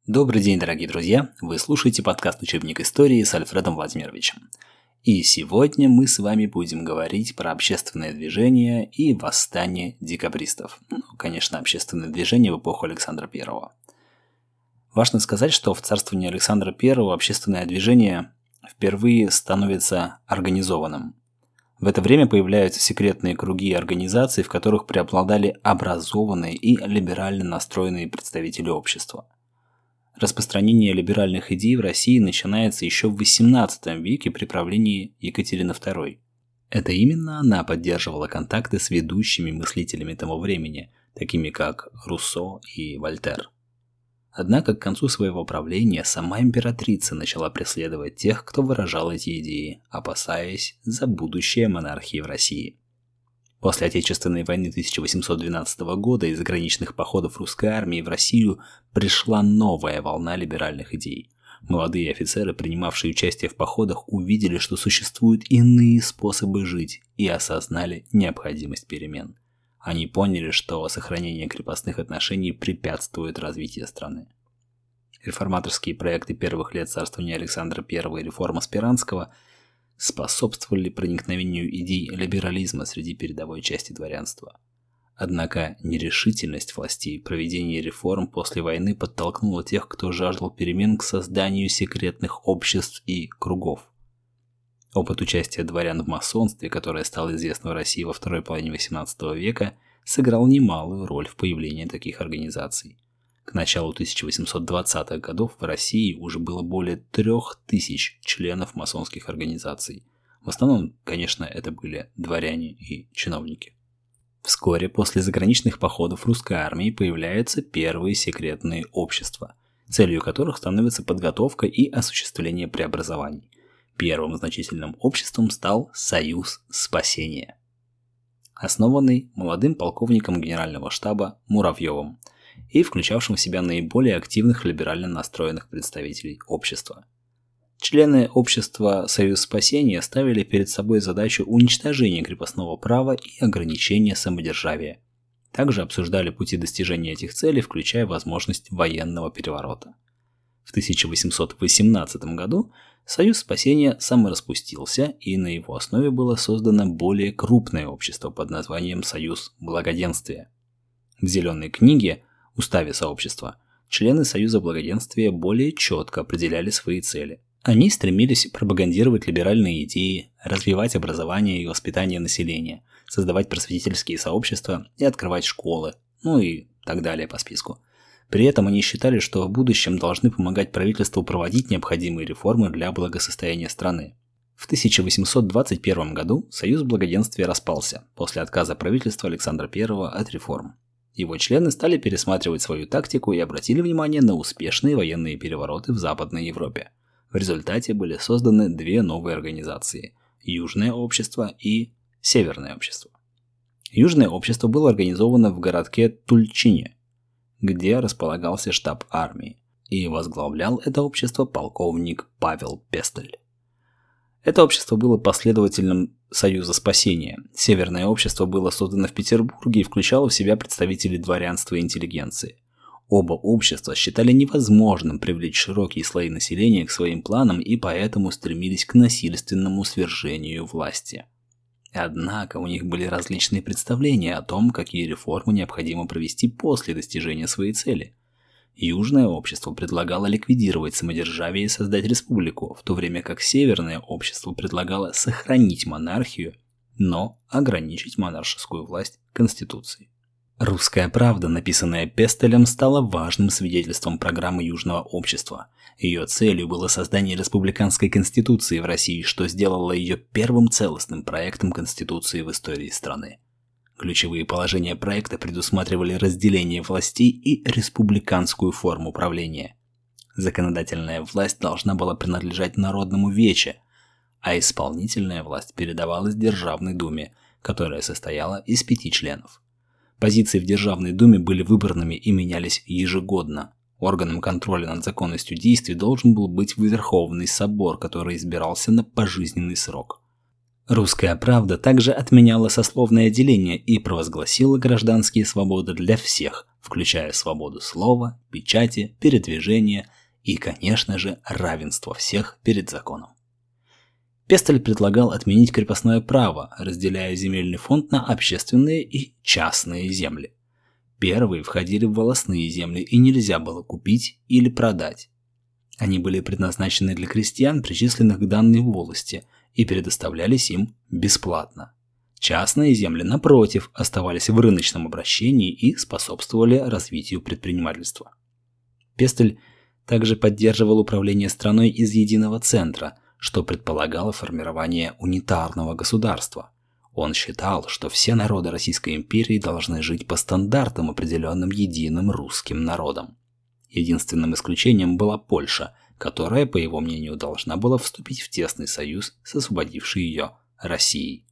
Добрый день, дорогие друзья! Вы слушаете подкаст «Учебник истории» с Альфредом Владимировичем. И сегодня мы с вами будем говорить про общественное движение и восстание декабристов. Конечно, общественное движение в эпоху Александра I. Важно сказать, что в царствовании Александра I общественное движение впервые становится организованным. В это время появляются секретные круги и организации, в которых преобладали образованные и либерально настроенные представители общества. Распространение либеральных идей в России начинается еще в XVIII веке при правлении Екатерины II. Это именно она поддерживала контакты с ведущими мыслителями того времени, такими как Руссо и Вольтер. Однако к концу своего правления сама императрица начала преследовать тех, кто выражал эти идеи, опасаясь за будущее монархии в России. После Отечественной войны 1812 года из заграничных походов русской армии в Россию пришла новая волна либеральных идей. Молодые офицеры, принимавшие участие в походах, увидели, что существуют иные способы жить и осознали необходимость перемен. Они поняли, что сохранение крепостных отношений препятствует развитию страны. Реформаторские проекты первых лет царствования Александра I и реформа Спиранского способствовали проникновению идей либерализма среди передовой части дворянства. Однако нерешительность властей в проведении реформ после войны подтолкнула тех, кто жаждал перемен, к созданию секретных обществ и кругов. Опыт участия дворян в масонстве, которое стало известно в России во второй половине XVIII века, сыграл немалую роль в появлении таких организаций. К началу 1820-х годов в России уже было более 3000 членов масонских организаций. В основном, конечно, это были дворяне и чиновники. Вскоре после заграничных походов русской армии появляются первые секретные общества, целью которых становится подготовка и осуществление преобразований. Первым значительным обществом стал Союз Спасения, основанный молодым полковником генерального штаба Муравьевым и включавшим в себя наиболее активных либерально настроенных представителей общества. Члены общества «Союз Спасения» ставили перед собой задачу уничтожения крепостного права и ограничения самодержавия. Также обсуждали пути достижения этих целей, включая возможность военного переворота. В 1818 году Союз Спасения самораспустился, и на его основе было создано более крупное общество под названием «Союз Благоденствия». В «Зеленой книге» Уставе сообщества члены Союза Благоденствия более четко определяли свои цели. Они стремились пропагандировать либеральные идеи, развивать образование и воспитание населения, создавать просветительские сообщества и открывать школы, и так далее по списку. При этом они считали, что в будущем должны помогать правительству проводить необходимые реформы для благосостояния страны. В 1821 году Союз Благоденствия распался после отказа правительства Александра I от реформ. Его члены стали пересматривать свою тактику и обратили внимание на успешные военные перевороты в Западной Европе. В результате были созданы две новые организации – Южное общество и Северное общество. Южное общество было организовано в городке Тульчине, где располагался штаб армии, и возглавлял это общество полковник Павел Пестель. Это общество было последователем Союза Спасения. Северное общество было создано в Петербурге и включало в себя представителей дворянства и интеллигенции. Оба общества считали невозможным привлечь широкие слои населения к своим планам и поэтому стремились к насильственному свержению власти. Однако у них были различные представления о том, какие реформы необходимо провести после достижения своей цели. Южное общество предлагало ликвидировать самодержавие и создать республику, в то время как Северное общество предлагало сохранить монархию, но ограничить монаршескую власть Конституцией. «Русская правда», написанная Пестелем, стала важным свидетельством программы Южного общества. Ее целью было создание республиканской конституции в России, что сделало ее первым целостным проектом конституции в истории страны. Ключевые положения проекта предусматривали разделение властей и республиканскую форму правления. Законодательная власть должна была принадлежать Народному Вече, а исполнительная власть передавалась Державной Думе, которая состояла из 5 членов. Позиции в Державной Думе были выборными и менялись ежегодно. Органом контроля над законностью действий должен был быть Верховный Собор, который избирался на пожизненный срок. Русская правда также отменяла сословное деление и провозгласила гражданские свободы для всех, в включая свободу слова, печати, передвижения и, конечно же, равенство всех перед законом. Пестель предлагал отменить крепостное право, разделяя земельный фонд на общественные и частные земли. Первые входили в волостные земли и нельзя было купить или продать. Они были предназначены для крестьян, причисленных к данной волости, и предоставлялись им бесплатно. Частные земли, напротив, оставались в рыночном обращении и способствовали развитию предпринимательства. Пестель также поддерживал управление страной из единого центра, что предполагало формирование унитарного государства. Он считал, что все народы Российской империи должны жить по стандартам, определенным единым русским народом. Единственным исключением была Польша, которая, по его мнению, должна была вступить в тесный союз с освободившей ее Россией.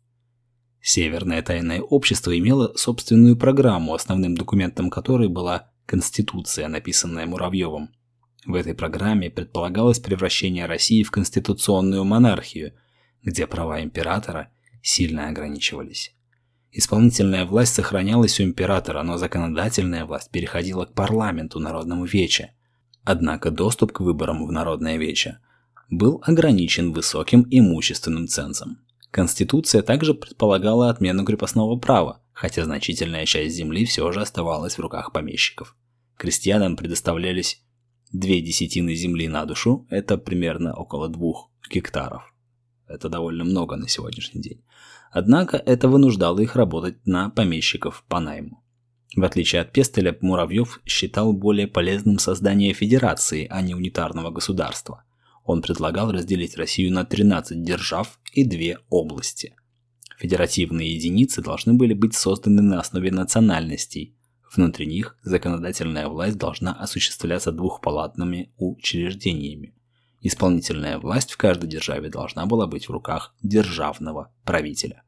Северное тайное общество имело собственную программу, основным документом которой была Конституция, написанная Муравьевым. В этой программе предполагалось превращение России в конституционную монархию, где права императора сильно ограничивались. Исполнительная власть сохранялась у императора, но законодательная власть переходила к парламенту Народному Вече. Однако доступ к выборам в Народное Вече был ограничен высоким имущественным цензом. Конституция также предполагала отмену крепостного права, хотя значительная часть земли все же оставалась в руках помещиков. Крестьянам предоставлялись 2 десятины земли на душу, это примерно около 2 гектаров. Это довольно много на сегодняшний день. Однако это вынуждало их работать на помещиков по найму. В отличие от Пестеля, Муравьев считал более полезным создание федерации, а не унитарного государства. Он предлагал разделить Россию на 13 держав и 2 области. Федеративные единицы должны были быть созданы на основе национальностей. Внутри них законодательная власть должна осуществляться двухпалатными учреждениями. Исполнительная власть в каждой державе должна была быть в руках державного правителя.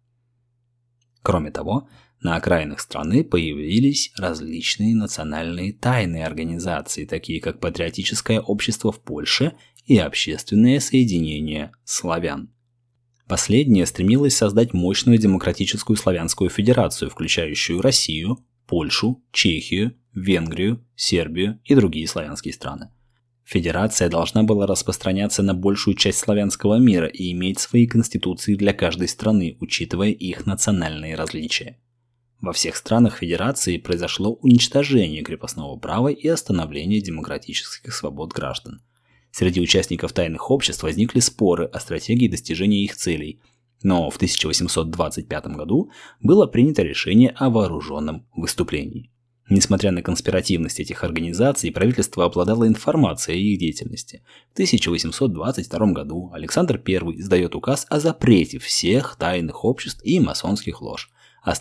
Кроме того, на окраинах страны появились различные национальные тайные организации, такие как Патриотическое общество в Польше и Общественное соединение славян. Последнее стремилось создать мощную демократическую славянскую федерацию, включающую Россию, Польшу, Чехию, Венгрию, Сербию и другие славянские страны. Федерация должна была распространяться на большую часть славянского мира и иметь свои конституции для каждой страны, учитывая их национальные различия. Во всех странах Федерации произошло уничтожение крепостного права и остановление демократических свобод граждан. Среди участников тайных обществ возникли споры о стратегии достижения их целей, но в 1825 году было принято решение о вооруженном выступлении. Несмотря на конспиративность этих организаций, правительство обладало информацией о их деятельности. В 1822 году Александр I издает указ о запрете всех тайных обществ и масонских лож, а с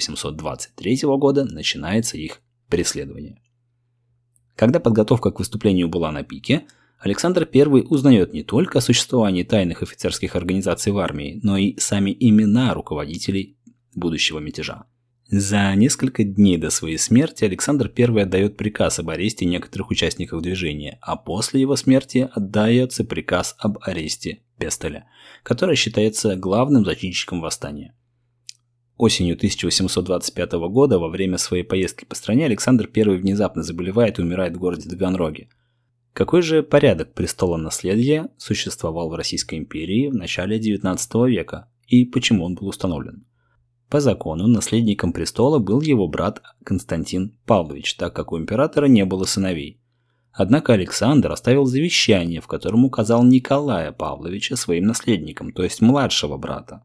1823 года начинается их преследование. Когда подготовка к выступлению была на пике, Александр I узнает не только о существовании тайных офицерских организаций в армии, но и сами имена руководителей будущего мятежа. За несколько дней до своей смерти Александр I отдает приказ об аресте некоторых участников движения, а после его смерти отдается приказ об аресте Пестеля, который считается главным зачинщиком восстания. Осенью 1825 года во время своей поездки по стране Александр I внезапно заболевает и умирает в городе Таганроге. Какой же порядок престолонаследия существовал в Российской империи в начале XIX века и почему он был установлен? По закону наследником престола был его брат Константин Павлович, так как у императора не было сыновей. Однако Александр оставил завещание, в котором указал Николая Павловича своим наследником, то есть младшего брата.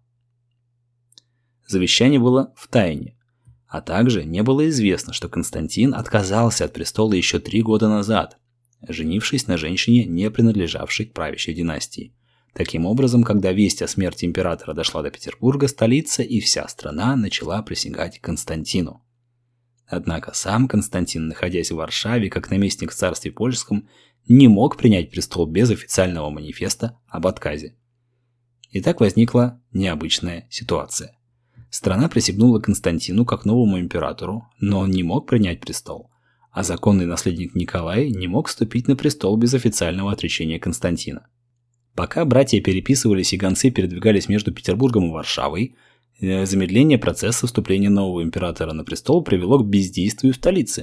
Завещание было в тайне, а также не было известно, что Константин отказался от престола еще 3 года назад, женившись на женщине, не принадлежавшей к правящей династии. Таким образом, когда весть о смерти императора дошла до Петербурга, столица и вся страна начала присягать Константину. Однако сам Константин, находясь в Варшаве как наместник в царстве польском, не мог принять престол без официального манифеста об отказе. И так возникла необычная ситуация. Страна присягнула Константину как новому императору, но он не мог принять престол, а законный наследник Николай не мог вступить на престол без официального отречения Константина. Пока братья переписывались и гонцы передвигались между Петербургом и Варшавой, замедление процесса вступления нового императора на престол привело к бездействию столицы.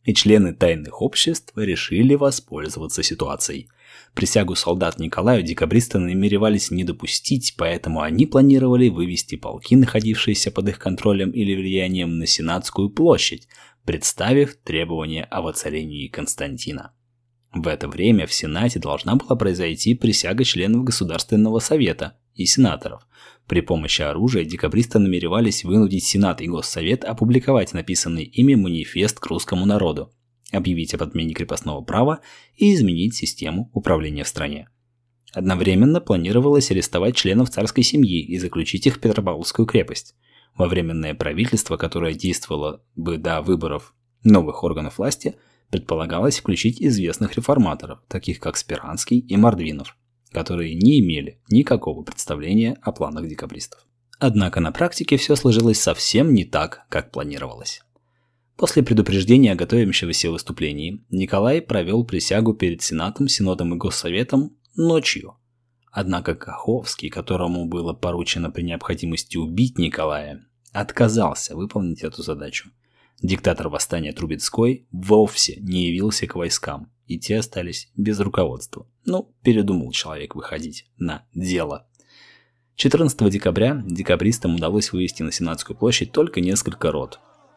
и члены тайных обществ решили воспользоваться ситуацией. Присягу солдат Николаю декабристы намеревались не допустить, поэтому они планировали вывести полки, находившиеся под их контролем или влиянием, на Сенатскую площадь, представив требования о воцарении Константина. В это время в Сенате должна была произойти присяга членов Государственного совета и сенаторов. При помощи оружия декабристы намеревались вынудить Сенат и Госсовет опубликовать написанный ими манифест к русскому народу, объявить об отмене крепостного права и изменить систему управления в стране. Одновременно планировалось арестовать членов царской семьи и заключить их в Петропавловскую крепость. Во временное правительство, которое действовало бы до выборов новых органов власти, предполагалось включить известных реформаторов, таких как Спиранский и Мордвинов, которые не имели никакого представления о планах декабристов. Однако на практике все сложилось совсем не так, как планировалось. После предупреждения о готовящемся выступлении Николай провел присягу перед Сенатом, Синодом и Госсоветом ночью. Однако Каховский, которому было поручено при необходимости убить Николая, отказался выполнить эту задачу. Диктатор восстания Трубецкой вовсе не явился к войскам, и те остались без руководства. Передумал человек выходить на дело. 14 декабря декабристам удалось вывести на Сенатскую площадь только несколько рот.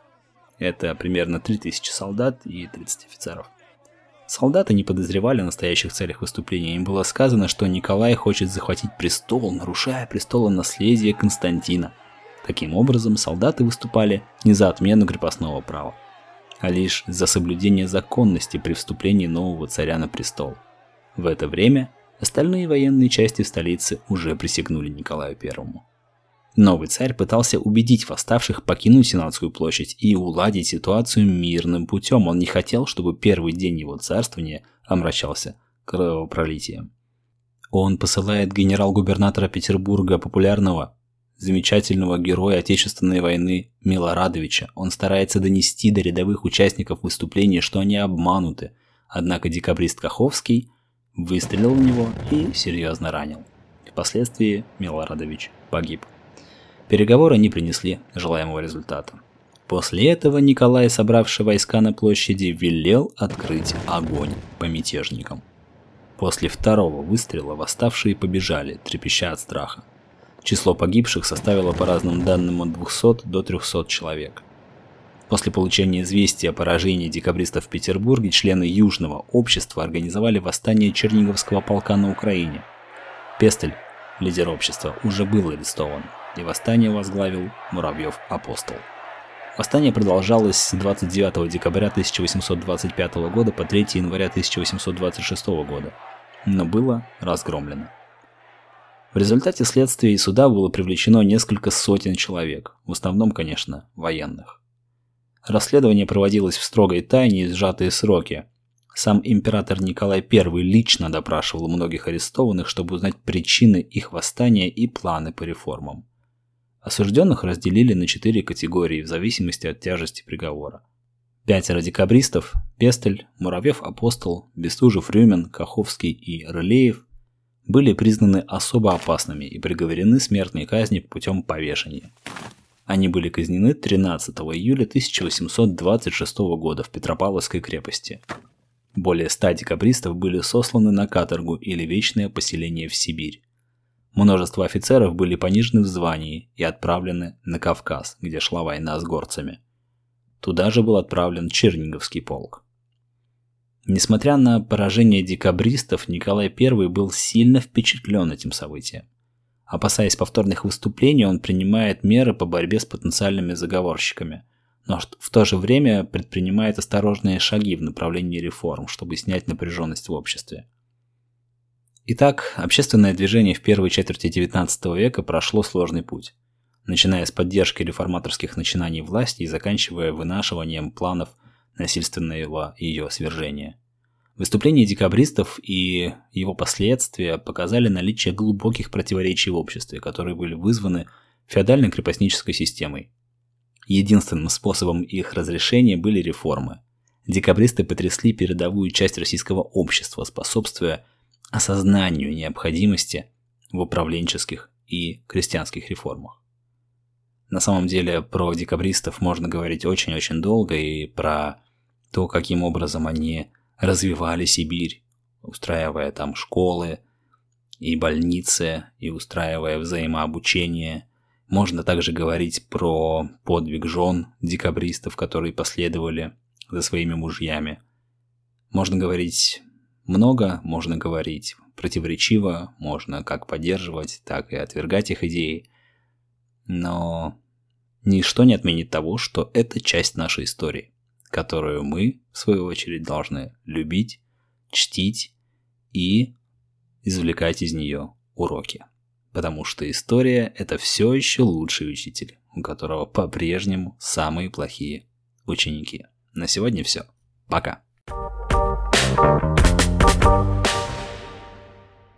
Это примерно 3000 солдат и 30 офицеров. Солдаты не подозревали о настоящих целях выступления. Им было сказано, что Николай хочет захватить престол, нарушая престолонаследие Константина. Таким образом, солдаты выступали не за отмену крепостного права, а лишь за соблюдение законности при вступлении нового царя на престол. В это время остальные военные части в столице уже присягнули Николаю I. Новый царь пытался убедить восставших покинуть Сенатскую площадь и уладить ситуацию мирным путем. Он не хотел, чтобы первый день его царствования омрачался кровопролитием. Он посылает генерал-губернатора Петербурга, популярного, замечательного героя Отечественной войны Милорадовича. Он старается донести до рядовых участников выступления, что они обмануты. Однако декабрист Каховский выстрелил в него и серьезно ранил. Впоследствии Милорадович погиб. Переговоры не принесли желаемого результата. После этого Николай, собравший войска на площади, велел открыть огонь по мятежникам. После второго выстрела восставшие побежали, трепеща от страха. Число погибших составило по разным данным от 200 до 300 человек. После получения известия о поражении декабристов в Петербурге члены Южного общества организовали восстание Черниговского полка на Украине. Пестель, лидер общества, уже был арестован, и восстание возглавил Муравьев-Апостол. Восстание продолжалось с 29 декабря 1825 года по 3 января 1826 года, но было разгромлено. В результате следствия и суда было привлечено несколько сотен человек, в основном, конечно, военных. Расследование проводилось в строгой тайне и сжатые сроки. Сам император Николай I лично допрашивал многих арестованных, чтобы узнать причины их восстания и планы по реформам. Осужденных разделили на 4 категории в зависимости от тяжести приговора. 5 декабристов – Пестель, Муравьев-Апостол, Бестужев-Рюмин, Каховский и Рылеев – были признаны особо опасными и приговорены к смертной казни путем повешения. Они были казнены 13 июля 1826 года в Петропавловской крепости. Более 100 декабристов были сосланы на каторгу или вечное поселение в Сибирь. Множество офицеров были понижены в звании и отправлены на Кавказ, где шла война с горцами. Туда же был отправлен Черниговский полк. Несмотря на поражение декабристов, Николай I был сильно впечатлен этим событием. Опасаясь повторных выступлений, он принимает меры по борьбе с потенциальными заговорщиками, но в то же время предпринимает осторожные шаги в направлении реформ, чтобы снять напряженность в обществе. Итак, общественное движение в первой четверти XIX века прошло сложный путь, начиная с поддержки реформаторских начинаний власти и заканчивая вынашиванием планов насильственного ее свержения. Выступление декабристов и его последствия показали наличие глубоких противоречий в обществе, которые были вызваны феодально-крепостнической системой. Единственным способом их разрешения были реформы. Декабристы потрясли передовую часть российского общества, способствуя осознанию необходимости в управленческих и крестьянских реформах. На самом деле про декабристов можно говорить очень-очень долго, и про то, каким образом они развивали Сибирь, устраивая там школы и больницы, и устраивая взаимообучение. Можно также говорить про подвиг жен декабристов, которые последовали за своими мужьями. Можно говорить много, можно говорить противоречиво, можно как поддерживать, так и отвергать их идеи. Но ничто не отменит того, что это часть нашей истории, которую мы, в свою очередь, должны любить, чтить и извлекать из нее уроки. Потому что история – это все еще лучший учитель, у которого по-прежнему самые плохие ученики. На сегодня все. Пока.